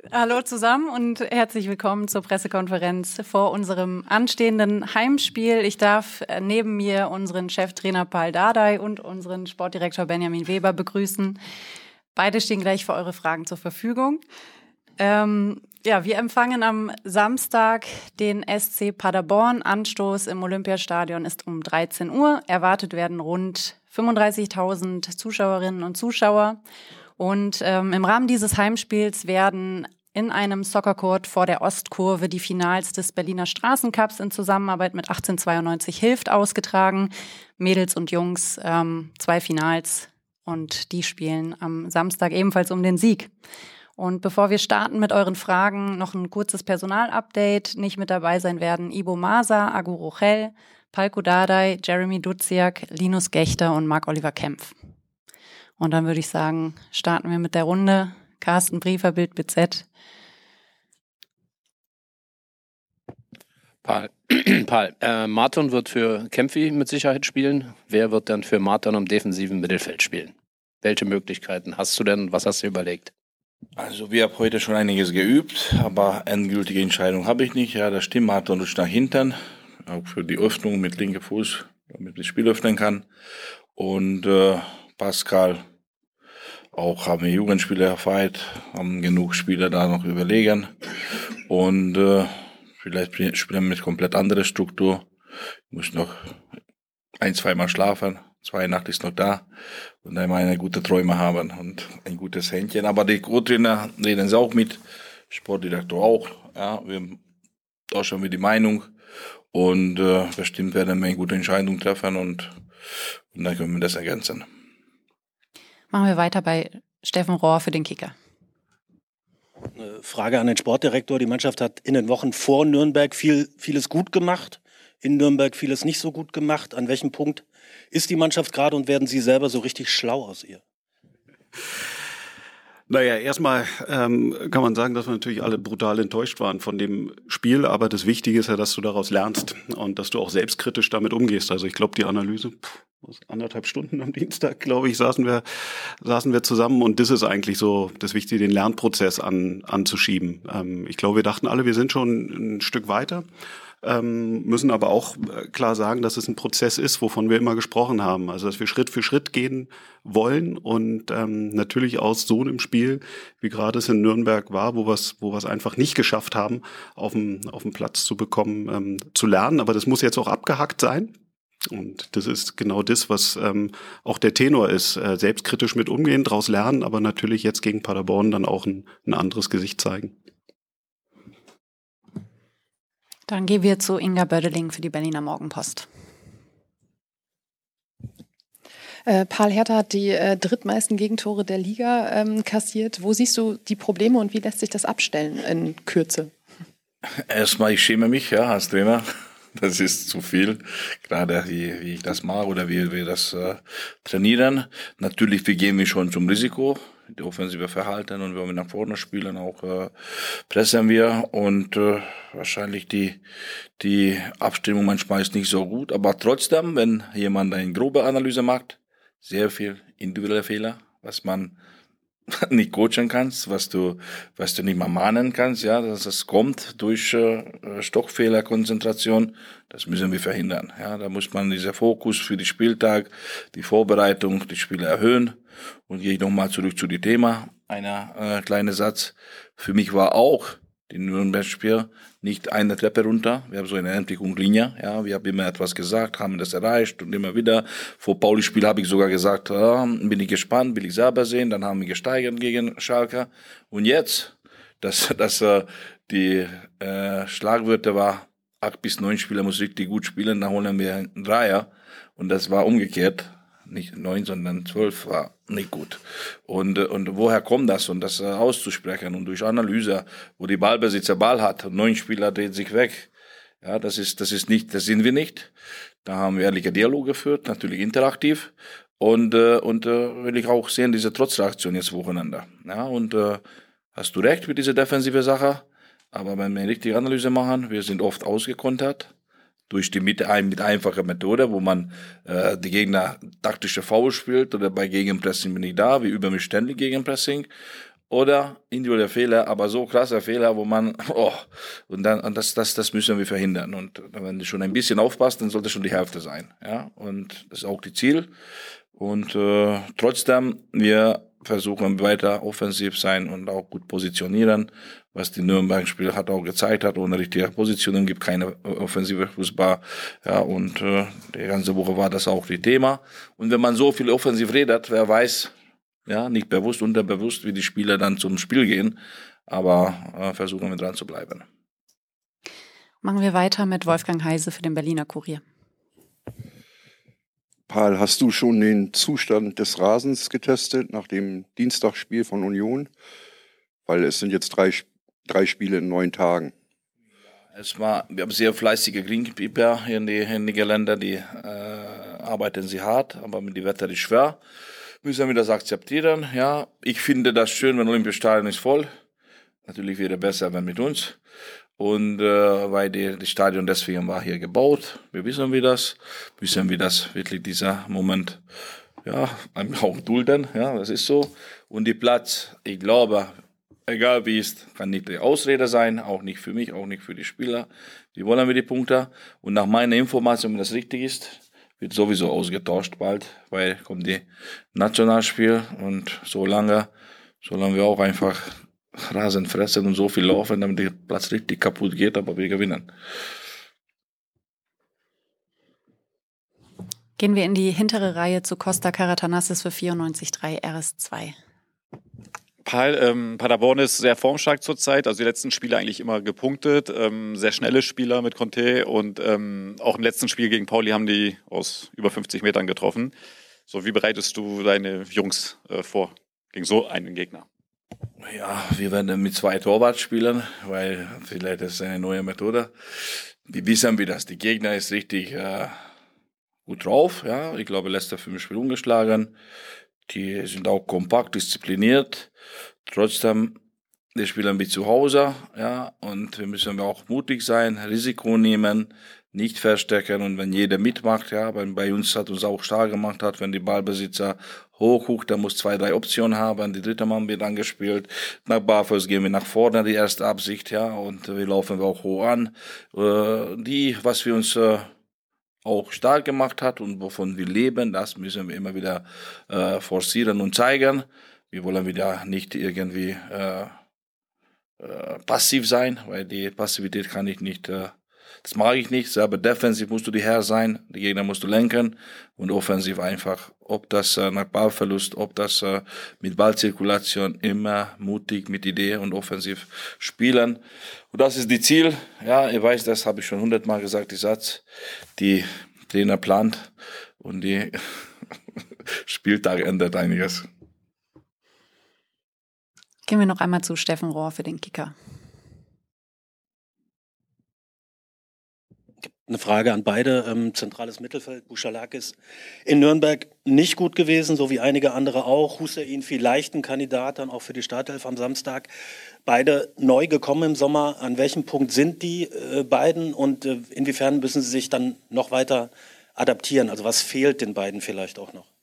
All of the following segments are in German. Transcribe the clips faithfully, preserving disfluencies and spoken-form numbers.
Hallo zusammen und herzlich willkommen zur Pressekonferenz vor unserem anstehenden Heimspiel. Ich darf neben mir unseren Cheftrainer Pal Dardai und unseren Sportdirektor Benjamin Weber begrüßen. Beide stehen gleich für eure Fragen zur Verfügung. Ähm, ja, wir empfangen am Samstag den S C Paderborn. Anstoß im Olympiastadion ist um dreizehn Uhr. Erwartet werden rund fünfunddreißigtausend Zuschauerinnen und Zuschauer. Und ähm, im Rahmen dieses Heimspiels werden in einem Soccercourt vor der Ostkurve die Finals des Berliner Straßencups in Zusammenarbeit mit achtzehnhundertzweiundneunzig Hilft ausgetragen. Mädels und Jungs, ähm, zwei Finals, und die spielen am Samstag ebenfalls um den Sieg. Und bevor wir starten mit euren Fragen, noch ein kurzes Personalupdate. Nicht mit dabei sein werden Ibo Masa, Agu Rochel, Palko Dardai, Jeremy Duziak, Linus Gächter und Marc-Oliver Kempf. Und dann würde ich sagen, starten wir mit der Runde. Carsten Briefer, Bild B Z. Pal, Pal. Äh, Marton wird für Kempfi mit Sicherheit spielen. Wer wird dann für Marton im defensiven Mittelfeld spielen? Welche Möglichkeiten hast du denn? Was hast du überlegt? Also wir haben heute schon einiges geübt, aber endgültige Entscheidung habe ich nicht. Ja, das stimmt, Marton rutscht nach hinten, auch für die Öffnung mit linkem Fuß, damit das Spiel öffnen kann. Und äh, Pascal, auch haben wir Jugendspieler erfeiert, haben genug Spieler da noch überlegen. Und äh, vielleicht spielen wir mit komplett anderer Struktur. Ich muss noch ein, zweimal schlafen. Zwei Nacht ist noch da und dann mal eine gute Träume haben und ein gutes Händchen. Aber die Co-Trainer reden sie auch mit, Sportdirektor auch. Ja, wir tauschen wir die Meinung und äh, bestimmt werden wir eine gute Entscheidung treffen und, und dann können wir das ergänzen. Machen wir weiter bei Steffen Rohr für den Kicker. Eine Frage an den Sportdirektor. Die Mannschaft hat in den Wochen vor Nürnberg viel, vieles gut gemacht, in Nürnberg vieles nicht so gut gemacht. An welchem Punkt ist die Mannschaft gerade und werden Sie selber so richtig schlau aus ihr? Naja, erstmal ähm, kann man sagen, dass wir natürlich alle brutal enttäuscht waren von dem Spiel, aber das Wichtige ist ja, dass du daraus lernst und dass du auch selbstkritisch damit umgehst. Also ich glaube, die Analyse, pff, anderthalb Stunden am Dienstag, glaube ich, saßen wir saßen wir zusammen und das ist eigentlich so das Wichtige, den Lernprozess an anzuschieben. Ähm, ich glaube, wir dachten alle, wir sind schon ein Stück weiter. Ähm, müssen aber auch klar sagen, dass es ein Prozess ist, wovon wir immer gesprochen haben. Also dass wir Schritt für Schritt gehen wollen und ähm, natürlich aus so einem Spiel, wie gerade es in Nürnberg war, wo wir es wo wir es einfach nicht geschafft haben, auf dem auf dem Platz zu bekommen, ähm, zu lernen. Aber das muss jetzt auch abgehackt sein. Und das ist genau das, was ähm, auch der Tenor ist. Äh, selbstkritisch mit umgehen, daraus lernen, aber natürlich jetzt gegen Paderborn dann auch ein, ein anderes Gesicht zeigen. Dann gehen wir zu Inga Bödeling für die Berliner Morgenpost. Äh, Pal, Hertha hat die äh, drittmeisten Gegentore der Liga ähm, kassiert. Wo siehst du die Probleme und wie lässt sich das abstellen in Kürze? Erstmal, ich schäme mich, ja, als Trainer. Das ist zu viel, gerade wie, wie ich das mache oder wie wir das äh, trainieren. Natürlich, wir gehen wir schon zum Risiko, die offensive Verhalten, und wenn wir nach vorne spielen, auch äh, pressen wir, und äh, wahrscheinlich die die Abstimmung manchmal ist nicht so gut, aber trotzdem, wenn jemand eine grobe Analyse macht, sehr viel individuelle Fehler, was man nicht coachen kannst, was du, was du nicht mal mahnen kannst, ja, dass es kommt durch äh, Stockfehler, Konzentration, das müssen wir verhindern, ja, da muss man dieser Fokus für den Spieltag, die Vorbereitung, die Spiele erhöhen. Und gehe ich nochmal zurück zu dem Thema, einer äh, kleine Satz, für mich war auch die Nürnberg-Spiel nicht eine Treppe runter, wir haben so eine Entwicklungslinie, ja, wir haben immer etwas gesagt, haben das erreicht und immer wieder. Vor Pauli-Spiel habe ich sogar gesagt, ja, bin ich gespannt, will ich selber sehen, dann haben wir gesteigert gegen Schalke, und jetzt, dass, dass äh, die äh, Schlagwörter war, acht bis neun Spieler muss richtig gut spielen, dann holen wir einen Dreier, und das war umgekehrt. Nicht neun, sondern zwölf war nicht gut. Und, und woher kommt das? Und das auszusprechen und durch Analyse, wo die Ballbesitzer Ball hat, und neun Spieler dreht sich weg. Ja, das ist, das ist nicht, das sind wir nicht. Da haben wir ehrliche Dialoge geführt, natürlich interaktiv. Und, und, will ich auch sehen, diese Trotzreaktion jetzt Wochenende. Ja, und, hast du recht mit dieser defensive Sache. Aber wenn wir eine richtige Analyse machen, wir sind oft ausgekontert. Durch die mit, ein, mit einfacher Methode, wo man äh, die Gegner taktische Foul spielt, oder bei Gegenpressing bin ich da, wir üben mich ständig Gegenpressing, oder individuelle Fehler, aber so krasser Fehler, wo man, oh, und dann, und das, das, das müssen wir verhindern. Und wenn du schon ein bisschen aufpasst, dann sollte schon die Hälfte sein, ja. Und das ist auch die Ziel. Und äh, trotzdem, wir versuchen weiter offensiv sein und auch gut positionieren, was die Nürnberg-Spiel hat auch gezeigt hat, ohne richtige Positionen gibt keine offensive Fußball, ja, und äh, die ganze Woche war das auch die Thema. Und wenn man so viel offensiv redet, wer weiß, ja, nicht bewusst, unterbewusst, wie die Spieler dann zum Spiel gehen, aber äh, versuchen wir dran zu bleiben. Machen wir weiter mit Wolfgang Heise für den Berliner Kurier. Paul, hast du schon den Zustand des Rasens getestet nach dem Dienstagsspiel von Union? Weil es sind jetzt drei, drei Spiele in neun Tagen. Es war, wir haben sehr fleißige Greenkeeper hier in die, in die Geländer, die äh, arbeiten sie hart, aber mit dem Wetter ist schwer. Müssen wir das akzeptieren, ja. Ich finde das schön, wenn Olympiastadion ist voll. Natürlich wäre besser, wenn mit uns. Und äh, weil die, das Stadion deswegen war hier gebaut. Wir wissen wie das, wissen wie das wirklich dieser Moment, ja, auch dulden, ja, das ist so. Und die Platz, ich glaube, egal wie es, kann nicht die Ausrede sein, auch nicht für mich, auch nicht für die Spieler. Die wollen wir die Punkte. Und nach meiner Information, wenn das richtig ist, wird sowieso ausgetauscht bald, weil kommt die Nationalspiel und so lange, solange wir auch einfach Rasen fressen und so viel laufen, damit der Platz richtig kaputt geht, aber wir gewinnen. Gehen wir in die hintere Reihe zu Costa Karatanassis für vierundneunzig Komma drei R S zwei. Paul, ähm, Paderborn ist sehr formstark zurzeit, also die letzten Spiele eigentlich immer gepunktet, ähm, sehr schnelle Spieler mit Conte und ähm, auch im letzten Spiel gegen Pauli haben die aus über fünfzig Metern getroffen. So, wie bereitest du deine Jungs äh, vor gegen so einen Gegner? Ja, wir werden mit zwei Torwart spielen, weil vielleicht ist es eine neue Methode. Wir wissen, wie das. Die Gegner ist richtig äh, gut drauf. Ja, ich glaube, letzte fünf Spiele ungeschlagen. Die sind auch kompakt, diszipliniert. Trotzdem, die spielen wie zu Hause. Ja, und wir müssen auch mutig sein, Risiko nehmen, nicht verstecken. Und wenn jeder mitmacht, ja, bei, bei uns hat uns auch stark gemacht hat, wenn die Ballbesitzer hochguckt, dann muss zwei, drei Optionen haben. Die dritte Mann wird angespielt. Nach Barfuß gehen wir nach vorne, die erste Absicht, ja, und wir laufen auch hoch an. Äh, die, was wir uns äh, auch stark gemacht hat und wovon wir leben, das müssen wir immer wieder äh, forcieren und zeigen. Wir wollen wieder nicht irgendwie äh, äh, passiv sein, weil die Passivität kann ich nicht, äh, das mag ich nicht, aber defensiv musst du die Herr sein, die Gegner musst du lenken und offensiv einfach, ob das äh, nach Ballverlust, ob das äh, mit Ballzirkulation, immer mutig mit Idee und offensiv spielen. Und das ist die Ziel, ja, ich weiß, das habe ich schon hundertmal gesagt, die Satz, die Trainer plant und die Spieltag ändert einiges. Gehen wir noch einmal zu Steffen Rohr für den Kicker. Eine Frage an beide. Ähm, zentrales Mittelfeld, Buchalakis in Nürnberg nicht gut gewesen, so wie einige andere auch. Hussein vielleicht ein Kandidat dann auch für die Startelf am Samstag. Beide neu gekommen im Sommer. An welchem Punkt sind die äh, beiden und äh, inwiefern müssen sie sich dann noch weiter adaptieren? Also was fehlt den beiden vielleicht auch noch?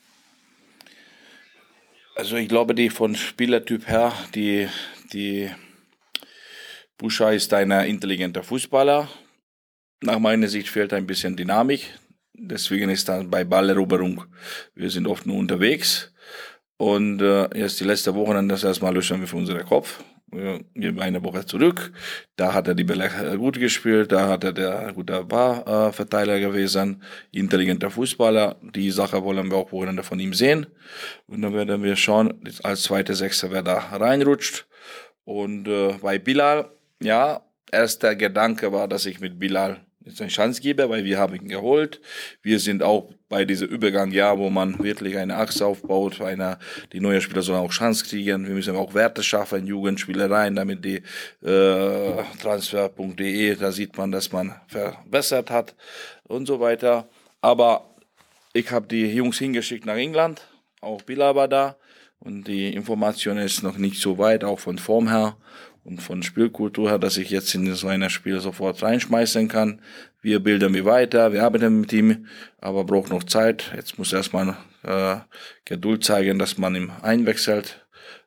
Also ich glaube, die von Spielertyp her, die, die Buscha ist ein intelligenter Fußballer. Nach meiner Sicht fehlt ein bisschen Dynamik. Deswegen ist dann bei Balleroberung, wir sind oft nur unterwegs. Und äh, jetzt die letzte Woche, dann das erstmal löschen wir für unseren Kopf. Wir gehen eine Woche zurück. Da hat er die Bälle gut gespielt. Da hat er der guter Barverteiler gewesen. Intelligenter Fußballer. Die Sache wollen wir auch Wochenende von ihm sehen. Und dann werden wir schauen, als zweiter Sechster, wer da reinrutscht. Und äh, bei Bilal, ja, erster Gedanke war, dass ich mit Bilal jetzt eine Chance gebe, weil wir haben ihn geholt. Wir sind auch bei diesem Übergang, ja, wo man wirklich eine Achse aufbaut, einer, die neuen Spieler sollen auch Chance kriegen. Wir müssen auch Werte schaffen, Jugendspielereien, damit die äh, transfer punkt de, da sieht man, dass man verbessert hat und so weiter. Aber ich habe die Jungs hingeschickt nach England, auch Bilal war da und die Information ist noch nicht so weit, auch von Form her. Und von Spielkultur her, dass ich jetzt in so ein Spiel sofort reinschmeißen kann. Wir bilden wir weiter, wir arbeiten mit ihm, aber braucht noch Zeit. Jetzt muss erstmal äh, Geduld zeigen, dass man ihn einwechselt.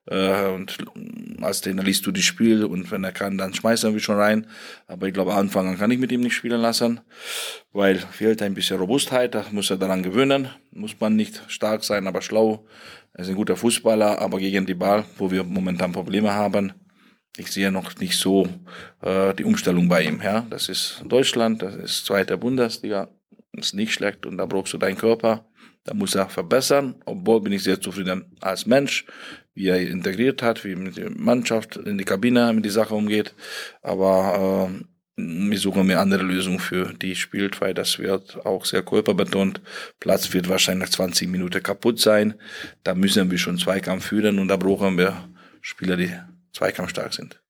Äh, und als Trainer liest du das Spiel und wenn er kann, dann schmeißt er mich schon rein. Aber ich glaube, anfangen kann ich mit ihm nicht spielen lassen, weil fehlt ein bisschen Robustheit, da muss er daran gewöhnen. Muss man nicht stark sein, aber schlau. Er ist ein guter Fußballer, aber gegen die Ball, wo wir momentan Probleme haben, ich sehe noch nicht so äh, die Umstellung bei ihm. Ja, das ist Deutschland, das ist zweite Bundesliga, ist nicht schlecht und da brauchst du deinen Körper. Da muss er verbessern. Obwohl bin ich sehr zufrieden als Mensch, wie er integriert hat, wie mit der Mannschaft in die Kabine mit die Sache umgeht. Aber äh, wir suchen mir andere Lösungen für die spielt, weil das wird auch sehr körperbetont. Platz wird wahrscheinlich zwanzig Minuten kaputt sein. Da müssen wir schon Zweikampf führen und da brauchen wir Spieler, die zweikampfstark sind.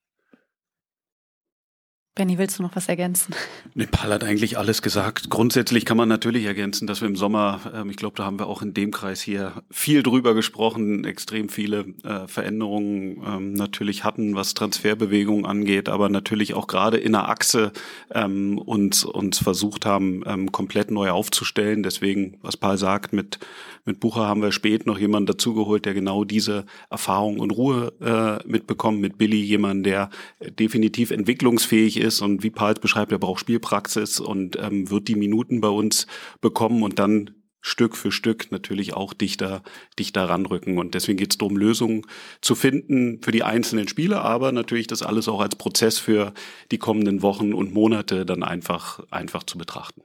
Benni, willst du noch was ergänzen? Nee, Paul hat eigentlich alles gesagt. Grundsätzlich kann man natürlich ergänzen, dass wir im Sommer, ähm, ich glaube, da haben wir auch in dem Kreis hier viel drüber gesprochen, extrem viele äh, Veränderungen ähm, natürlich hatten, was Transferbewegungen angeht, aber natürlich auch gerade in der Achse ähm, uns, uns versucht haben, ähm, komplett neu aufzustellen. Deswegen, was Paul sagt, mit mit Bucher haben wir spät noch jemanden dazugeholt, der genau diese Erfahrung und Ruhe äh, mitbekommt. Mit Billy jemand, der definitiv entwicklungsfähig ist und wie Paul beschreibt, er braucht Spielpraxis und ähm, wird die Minuten bei uns bekommen und dann Stück für Stück natürlich auch dichter, dichter ranrücken. Und deswegen geht es darum, Lösungen zu finden für die einzelnen Spieler, aber natürlich das alles auch als Prozess für die kommenden Wochen und Monate dann einfach, einfach zu betrachten.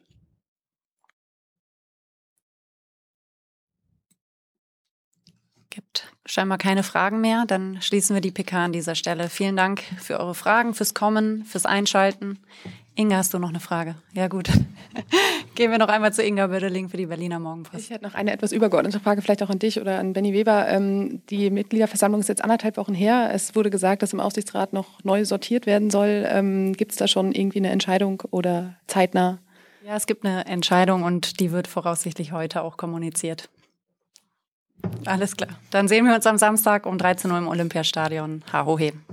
Gibt scheinbar keine Fragen mehr. Dann schließen wir die P K an dieser Stelle. Vielen Dank für eure Fragen, fürs Kommen, fürs Einschalten. Inga, hast du noch eine Frage? Ja, gut. Gehen wir noch einmal zu Inga Bödeling für die Berliner Morgenpost. Ich hätte noch eine etwas übergeordnete Frage, vielleicht auch an dich oder an Benni Weber. Ähm, die Mitgliederversammlung ist jetzt anderthalb Wochen her. Es wurde gesagt, dass im Aufsichtsrat noch neu sortiert werden soll. Ähm, gibt es da schon irgendwie eine Entscheidung oder zeitnah? Ja, es gibt eine Entscheidung und die wird voraussichtlich heute auch kommuniziert. Alles klar. Dann sehen wir uns am Samstag um dreizehn Uhr im Olympiastadion. Ha ho he.